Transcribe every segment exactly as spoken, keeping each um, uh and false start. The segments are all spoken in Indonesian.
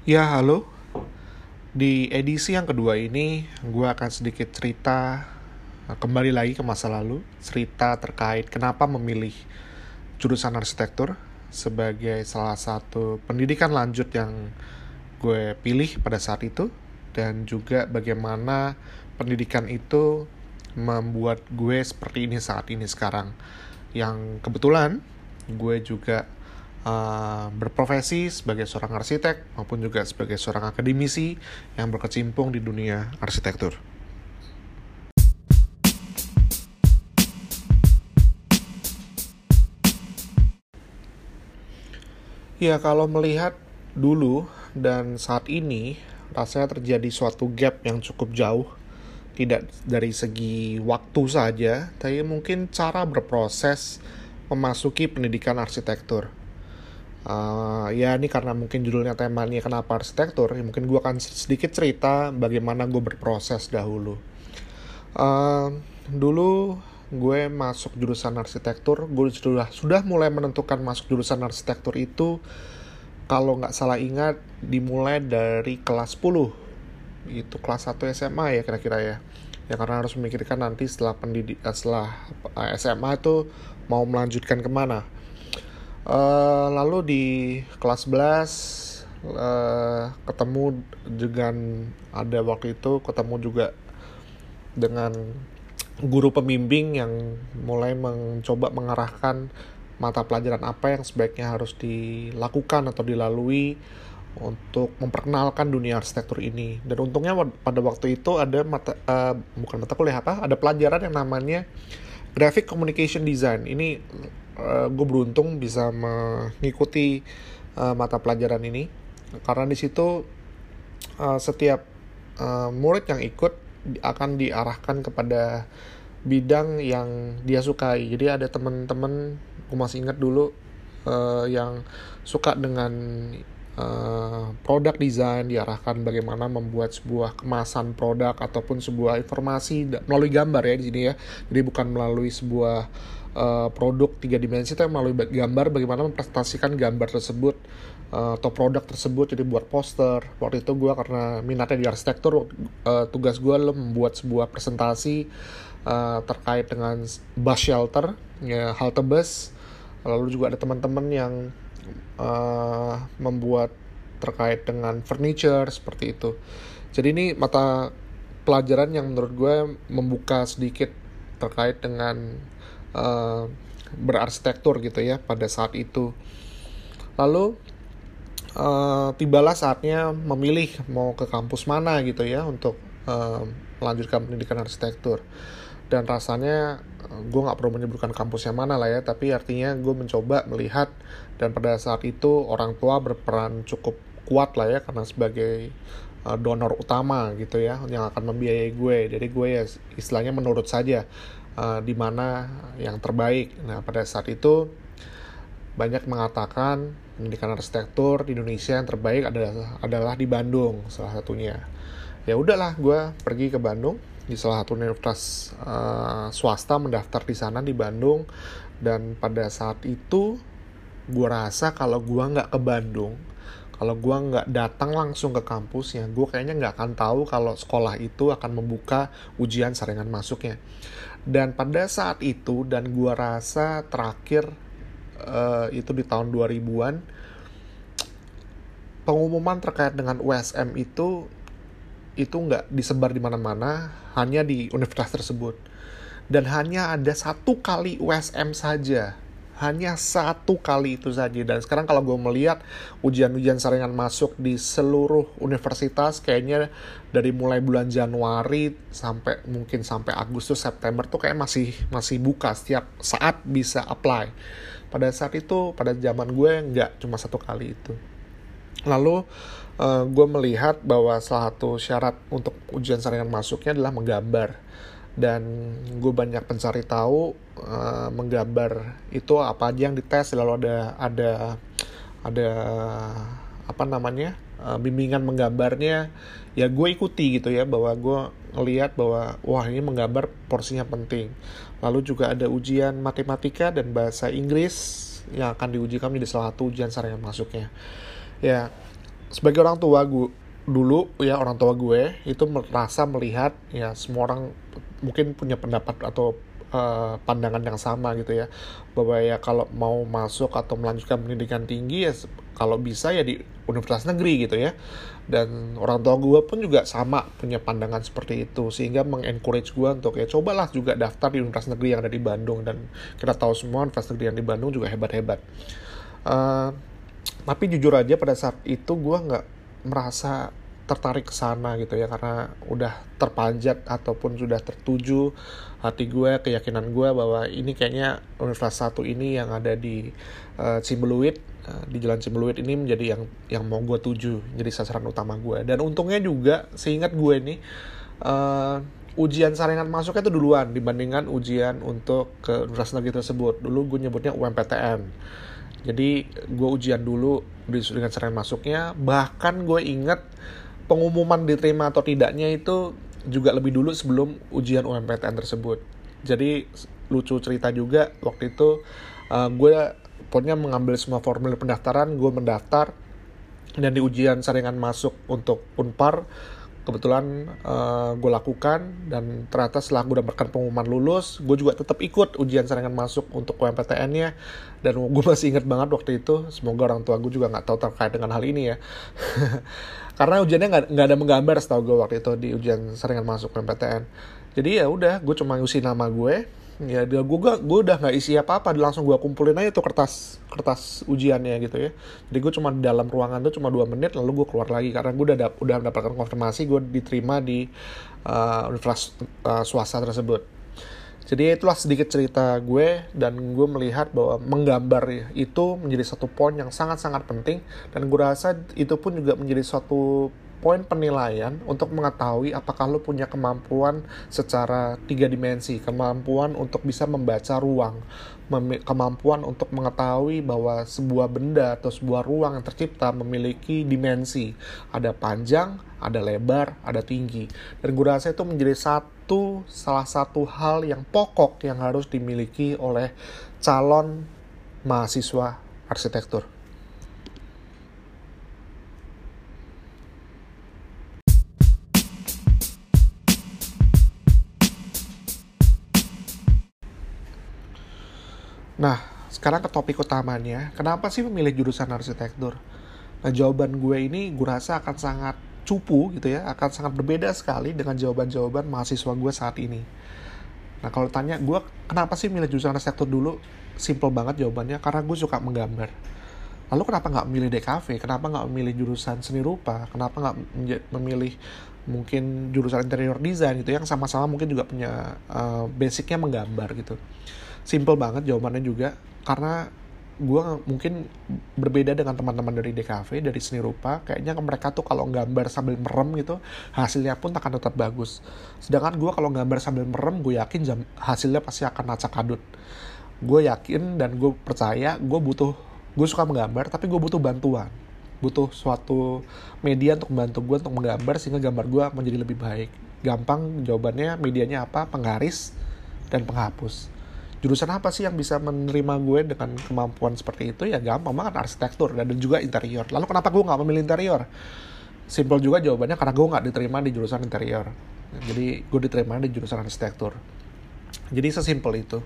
Ya, halo. Di edisi yang kedua ini, gue akan sedikit cerita eh, kembali lagi ke masa lalu, cerita terkait kenapa memilih jurusan arsitektur sebagai salah satu pendidikan lanjut yang gue pilih pada saat itu, dan juga bagaimana pendidikan itu membuat gue seperti ini saat ini sekarang. Yang kebetulan gue juga uh, berprofesi sebagai seorang arsitek maupun juga sebagai seorang akademisi yang berkecimpung di dunia arsitektur. Ya, kalau melihat dulu dan saat ini, rasanya terjadi suatu gap yang cukup jauh. Tidak dari segi waktu saja, tapi mungkin cara berproses memasuki pendidikan arsitektur. Uh, ya ini karena mungkin judulnya temanya kenapa arsitektur, ya mungkin gue akan sedikit cerita bagaimana gue berproses dahulu. Uh, dulu gue masuk jurusan arsitektur, gue sudah sudah mulai menentukan masuk jurusan arsitektur itu kalau nggak salah ingat dimulai dari kelas sepuluh, itu kelas satu S M A ya kira-kira ya. Ya karena harus memikirkan nanti setelah pendidik setelah S M A itu mau melanjutkan kemana. Uh, lalu di kelas sebelas uh, ketemu dengan ada waktu itu ketemu juga dengan guru pembimbing yang mulai mencoba mengarahkan mata pelajaran apa yang sebaiknya harus dilakukan atau dilalui untuk memperkenalkan dunia arsitektur ini. Dan untungnya pada waktu itu ada mata uh, bukan mata kuliah apa, ada pelajaran yang namanya Graphic Communication Design. Ini uh, gue beruntung bisa mengikuti uh, mata pelajaran ini karena di situ uh, setiap uh, murid yang ikut akan diarahkan kepada bidang yang dia sukai. Jadi ada teman-teman, gue masih ingat dulu uh, yang suka dengan Uh, produk desain, diarahkan bagaimana membuat sebuah kemasan produk ataupun sebuah informasi melalui gambar ya di sini ya. Jadi bukan melalui sebuah uh, produk tiga dimensi, tapi melalui gambar, bagaimana mempresentasikan gambar tersebut uh, atau produk tersebut. Jadi buat poster. Waktu itu gue karena minatnya di arsitektur, uh, tugas gue adalah membuat sebuah presentasi uh, terkait dengan bus shelter, ya, halte bus. Lalu juga ada teman-teman yang Uh, membuat terkait dengan furniture seperti itu. Jadi ini mata pelajaran yang menurut gue membuka sedikit terkait dengan uh, berarsitektur gitu ya pada saat itu. Lalu uh, tibalah saatnya memilih mau ke kampus mana gitu ya untuk uh, melanjutkan pendidikan arsitektur. Dan rasanya gue gak perlu menyebutkan kampus yang mana lah ya, tapi artinya gue mencoba melihat, dan pada saat itu orang tua berperan cukup kuat lah ya, karena sebagai uh, donor utama gitu ya, yang akan membiayai gue. Jadi gue ya istilahnya menurut saja uh, di mana yang terbaik. Nah pada saat itu banyak mengatakan pendidikan arsitektur di Indonesia yang terbaik adalah adalah di Bandung salah satunya. Ya udahlah, gue pergi ke Bandung di salah satu universitas uh, swasta, mendaftar di sana di Bandung. Dan pada saat itu gue rasa kalau gue nggak ke Bandung, kalau gue nggak datang langsung ke kampusnya, gue kayaknya nggak akan tahu kalau sekolah itu akan membuka ujian saringan masuknya. Dan pada saat itu, dan gue rasa terakhir uh, itu di tahun dua ribuan, pengumuman terkait dengan U S M itu itu nggak disebar di mana-mana, hanya di universitas tersebut. Dan hanya ada satu kali U S M saja. Hanya satu kali itu saja. Dan sekarang kalau gue melihat ujian-ujian saringan masuk di seluruh universitas, kayaknya dari mulai bulan Januari sampai mungkin sampai Agustus, September tuh kayak masih masih buka, setiap saat bisa apply. Pada saat itu, pada zaman gue nggak cuma satu kali itu. Lalu uh, gue melihat bahwa salah satu syarat untuk ujian saringan masuknya adalah menggambar. Dan gue banyak mencari tahu uh, menggambar itu apa aja yang dites. Lalu ada ada ada apa namanya uh, bimbingan menggambarnya. Ya gue ikuti gitu ya, bahwa gue ngelihat bahwa wah ini menggambar porsinya penting. Lalu juga ada ujian matematika dan bahasa Inggris yang akan diuji kami di salah satu ujian saringan masuknya. Ya, sebagai orang tua gue dulu ya, orang tua gue itu merasa melihat ya semua orang mungkin punya pendapat atau uh, pandangan yang sama gitu ya, bahwa ya kalau mau masuk atau melanjutkan pendidikan tinggi ya kalau bisa ya di universitas negeri gitu ya. Dan orang tua gue pun juga sama punya pandangan seperti itu, sehingga mengencourage gue untuk ya cobalah juga daftar di universitas negeri yang ada di Bandung. Dan kita tahu semua universitas negeri yang di Bandung juga hebat-hebat. uh, tapi jujur aja pada saat itu gue nggak merasa tertarik ke sana gitu ya, karena udah terpanjat ataupun sudah tertuju hati gue, keyakinan gue bahwa ini kayaknya universitas satu ini yang ada di uh, Cibeluit, uh, di Jalan Cibeluit ini menjadi yang yang mau gue tuju, jadi sasaran utama gue. Dan untungnya juga seingat gue nih, uh, ujian saringan masuknya itu duluan dibandingkan ujian untuk ke universitas negeri tersebut. Dulu gue nyebutnya U M P T N. Jadi gue ujian dulu dengan saringan masuknya. Bahkan gue ingat pengumuman diterima atau tidaknya itu juga lebih dulu sebelum ujian U M P T N tersebut. Jadi lucu cerita juga waktu itu, uh, gue pokoknya mengambil semua formulir pendaftaran, gue mendaftar, dan di ujian saringan masuk untuk Unpar kebetulan uh, gue lakukan, dan ternyata setelah gue dapatkan pengumuman lulus, gue juga tetap ikut ujian saringan masuk untuk U M P T N-nya. Dan gue masih ingat banget waktu itu, semoga orang tua gue juga nggak tahu terkait dengan hal ini ya. Karena ujiannya nggak nggak ada menggambar setahu gue waktu itu di ujian saringan masuk U M P T N. Jadi ya udah, gue cuma ngisi nama gue. Ya dia gue gak, gue udah nggak isi apa-apa, langsung gue kumpulin aja tuh kertas kertas ujiannya gitu ya. Jadi gue cuma di dalam ruangan tuh cuma dua menit, lalu gue keluar lagi karena gue udah dap, udah mendapatkan konfirmasi gue diterima di uh, universitas uh, swasta tersebut. Jadi itulah sedikit cerita gue, dan gue melihat bahwa menggambar itu menjadi satu poin yang sangat-sangat penting, dan gue rasa itu pun juga menjadi suatu poin penilaian untuk mengetahui apakah lo punya kemampuan secara tiga dimensi, kemampuan untuk bisa membaca ruang, mem- kemampuan untuk mengetahui bahwa sebuah benda atau sebuah ruang yang tercipta memiliki dimensi, ada panjang, ada lebar, ada tinggi. Dan gue rasa itu menjadi satu salah satu hal yang pokok yang harus dimiliki oleh calon mahasiswa arsitektur. Nah, sekarang ke topik utamanya, kenapa sih memilih jurusan arsitektur? Nah, jawaban gue ini gue rasa akan sangat cupu gitu ya, akan sangat berbeda sekali dengan jawaban-jawaban mahasiswa gue saat ini. Nah, kalau tanya gue kenapa sih milih jurusan arsitektur dulu? Simple banget jawabannya, karena gue suka menggambar. Lalu kenapa nggak memilih D K V? Kenapa nggak memilih jurusan seni rupa? Kenapa nggak memilih mungkin jurusan interior design gitu, yang sama-sama mungkin juga punya uh, basicnya menggambar gitu? Simple banget jawabannya juga, karena gue mungkin berbeda dengan teman-teman dari D K V, dari seni rupa. Kayaknya mereka tuh kalau gambar sambil merem gitu, hasilnya pun akan tetap bagus. Sedangkan gue kalau gambar sambil merem, gue yakin jam, hasilnya pasti akan acak adut. Gue yakin dan gue percaya, gue butuh, gue suka menggambar, tapi gue butuh bantuan. Butuh suatu media untuk membantu gue untuk menggambar, sehingga gambar gue menjadi lebih baik. Gampang jawabannya, medianya apa? Penggaris dan penghapus. Jurusan apa sih yang bisa menerima gue dengan kemampuan seperti itu? Ya gampang banget, arsitektur dan juga interior. Lalu kenapa gue gak memilih interior? Simple juga jawabannya, karena gue gak diterima di jurusan interior. Jadi gue diterima di jurusan arsitektur. Jadi sesimpel itu.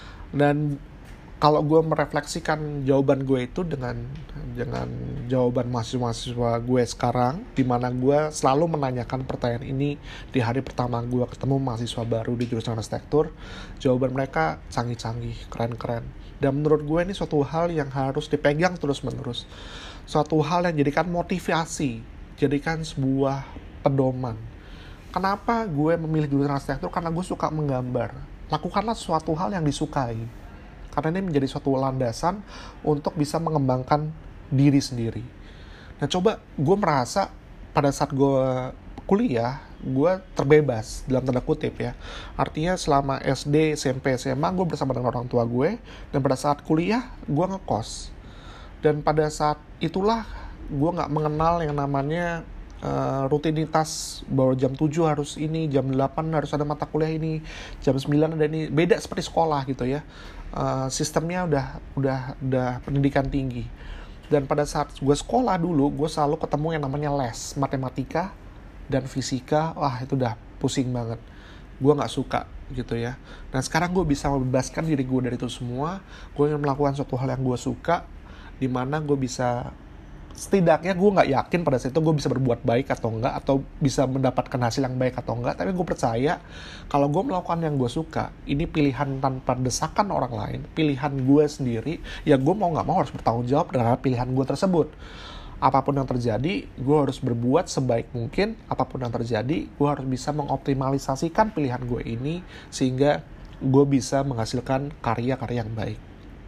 Dan kalau gue merefleksikan jawaban gue itu dengan dengan jawaban mahasiswa-mahasiswa gue sekarang, di mana gue selalu menanyakan pertanyaan ini di hari pertama gue ketemu mahasiswa baru di jurusan arsitektur, jawaban mereka canggih-canggih, keren-keren. Dan menurut gue ini suatu hal yang harus dipegang terus-menerus. Suatu hal yang jadikan motivasi, jadikan sebuah pedoman. Kenapa gue memilih jurusan arsitektur? Karena gue suka menggambar. Lakukanlah suatu hal yang disukai. Karena ini menjadi suatu landasan untuk bisa mengembangkan diri sendiri. Nah, coba gue merasa pada saat gue kuliah, gue terbebas dalam tanda kutip ya. Artinya selama S D, S M P, S M A gue bersama dengan orang tua gue, dan pada saat kuliah gue ngekos. Dan pada saat itulah gue gak mengenal yang namanya Uh, rutinitas bahwa jam tujuh harus ini, jam delapan harus ada mata kuliah ini, jam sembilan ada ini. Beda seperti sekolah gitu ya. Uh, sistemnya udah udah udah pendidikan tinggi. Dan pada saat gue sekolah dulu, gue selalu ketemu yang namanya les matematika dan fisika. Wah, itu udah pusing banget, gue nggak suka gitu ya. Dan sekarang gue bisa membebaskan diri gue dari itu semua. Gue ingin melakukan suatu hal yang gue suka, dimana gue bisa, setidaknya gue nggak yakin pada saat itu gue bisa berbuat baik atau enggak, atau bisa mendapatkan hasil yang baik atau enggak, tapi gue percaya kalau gue melakukan yang gue suka, ini pilihan tanpa desakan orang lain, pilihan gue sendiri, ya gue mau nggak mau harus bertanggung jawab terhadap pilihan gue tersebut. Apapun yang terjadi, gue harus berbuat sebaik mungkin. Apapun yang terjadi, gue harus bisa mengoptimalisasikan pilihan gue ini sehingga gue bisa menghasilkan karya-karya yang baik.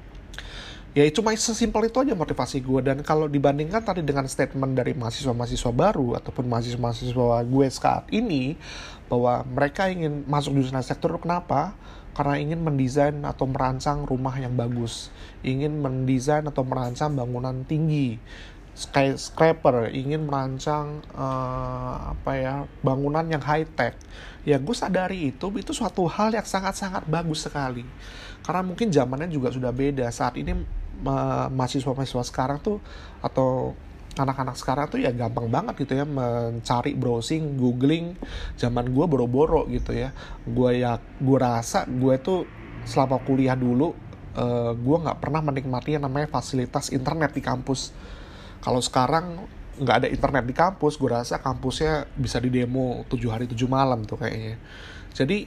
Ya cuma sesimpel itu aja motivasi gue. Dan kalau dibandingkan tadi dengan statement dari mahasiswa-mahasiswa baru ataupun mahasiswa-mahasiswa gue saat ini, bahwa mereka ingin masuk jurusan arsitektur, kenapa? Karena ingin mendesain atau merancang rumah yang bagus, ingin mendesain atau merancang bangunan tinggi, skyscraper, ingin merancang uh, apa ya bangunan yang high tech. Ya gue sadari itu itu suatu hal yang sangat-sangat bagus sekali, karena mungkin zamannya juga sudah beda. Saat ini ma- mahasiswa-mahasiswa sekarang tuh atau anak-anak sekarang tuh ya gampang banget gitu ya mencari, browsing, googling. Zaman gue boro-boro gitu ya. Gue ya gue rasa gue tuh selama kuliah dulu uh, gue nggak pernah menikmati yang namanya fasilitas internet di kampus. Kalau sekarang nggak ada internet di kampus, gue rasa kampusnya bisa didemo tujuh hari tujuh malam tuh kayaknya. Jadi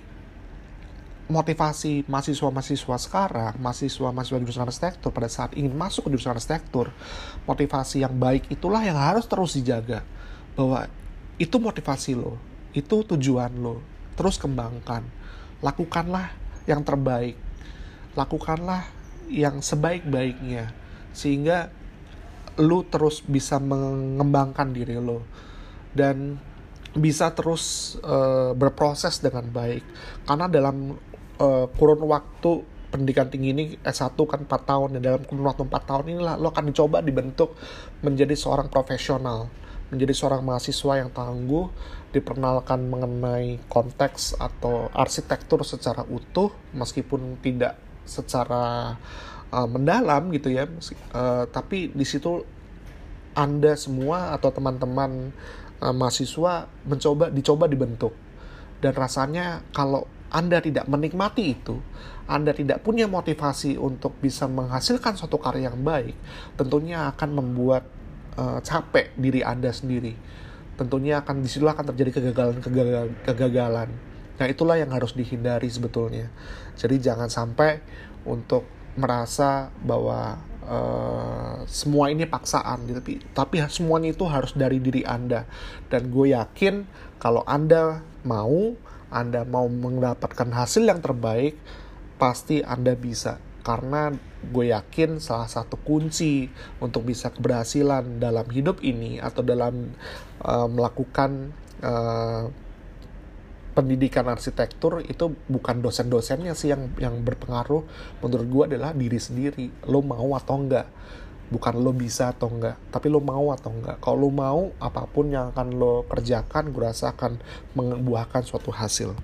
motivasi mahasiswa-mahasiswa sekarang, mahasiswa-mahasiswa jurusan arsitektur pada saat ingin masuk ke jurusan arsitektur, motivasi yang baik itulah yang harus terus dijaga. Bahwa itu motivasi lo, itu tujuan lo, terus kembangkan. Lakukanlah yang terbaik, lakukanlah yang sebaik-baiknya, sehingga lu terus bisa mengembangkan diri lo dan bisa terus uh, berproses dengan baik. Karena dalam uh, kurun waktu pendidikan tinggi ini S satu kan empat tahun, dan dalam kurun waktu empat tahun inilah lo akan dicoba dibentuk menjadi seorang profesional, menjadi seorang mahasiswa yang tangguh, diperkenalkan mengenai konteks atau arsitektur secara utuh meskipun tidak secara Uh, mendalam gitu ya, uh, tapi di situ Anda semua atau teman-teman uh, mahasiswa mencoba dicoba dibentuk. Dan rasanya kalau Anda tidak menikmati itu, Anda tidak punya motivasi untuk bisa menghasilkan suatu karya yang baik, tentunya akan membuat uh, capek diri Anda sendiri. Tentunya akan disitu akan terjadi kegagalan-kegagalan. Kegagalan. Nah itulah yang harus dihindari sebetulnya. Jadi jangan sampai untuk merasa bahwa uh, semua ini paksaan, tapi tapi semuanya itu harus dari diri Anda. Dan gue yakin kalau Anda mau, Anda mau mendapatkan hasil yang terbaik, pasti Anda bisa. Karena gue yakin salah satu kunci untuk bisa keberhasilan dalam hidup ini atau dalam uh, melakukan uh, pendidikan arsitektur itu bukan dosen-dosennya sih yang yang berpengaruh. Menurut gue adalah diri sendiri. Lo mau atau enggak, bukan lo bisa atau enggak, tapi lo mau atau enggak. Kalau lo mau, apapun yang akan lo kerjakan gue rasa akan membuahkan suatu hasil.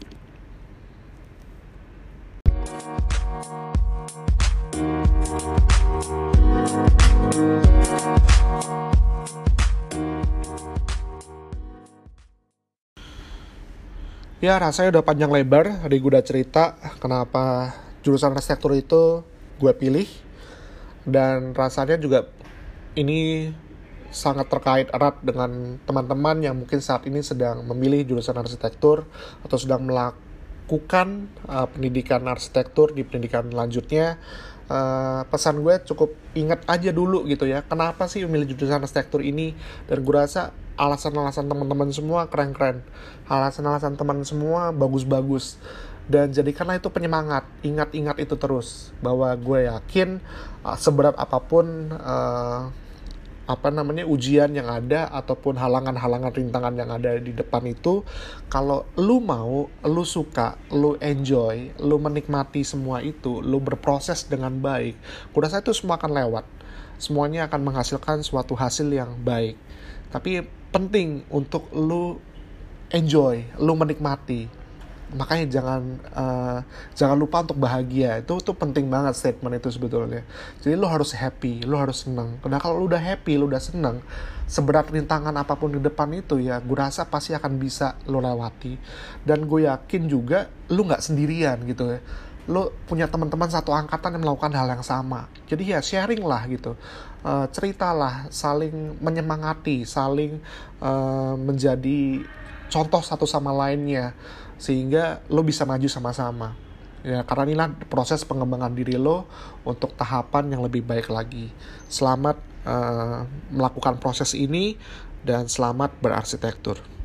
Ya rasanya udah panjang lebar, tadi gue udah cerita kenapa jurusan arsitektur itu gue pilih. Dan rasanya juga ini sangat terkait erat dengan teman-teman yang mungkin saat ini sedang memilih jurusan arsitektur atau sedang melakukan uh, pendidikan arsitektur di pendidikan lanjutnya. Uh, pesan gue cukup ingat aja dulu gitu ya, kenapa sih memilih jurusan arsitektur ini. Dan gue rasa alasan-alasan teman-teman semua keren-keren, alasan-alasan teman semua bagus-bagus, dan jadikanlah itu penyemangat. Ingat-ingat itu terus, bahwa gue yakin uh, seberat apapun uh, apa namanya ujian yang ada ataupun halangan-halangan rintangan yang ada di depan itu, kalau lu mau, lu suka, lu enjoy, lu menikmati semua itu, lu berproses dengan baik, gue rasa itu semua akan lewat, semuanya akan menghasilkan suatu hasil yang baik. Tapi penting untuk lu enjoy, lu menikmati. Makanya jangan uh, jangan lupa untuk bahagia. Itu tuh penting banget statement itu sebetulnya. Jadi lo harus happy, lo harus senang. Karena kalau lo udah happy, lo udah senang, seberat rintangan apapun di depan itu ya, gue rasa pasti akan bisa lo lewati. Dan gue yakin juga lo nggak sendirian gitu ya. Lo punya teman-teman satu angkatan yang melakukan hal yang sama. Jadi ya sharing lah gitu. Uh, ceritalah, saling menyemangati, saling uh, menjadi contoh satu sama lainnya, sehingga lo bisa maju sama-sama ya, karena inilah proses pengembangan diri lo untuk tahapan yang lebih baik lagi. Selamat uh, melakukan proses ini dan selamat berarsitektur.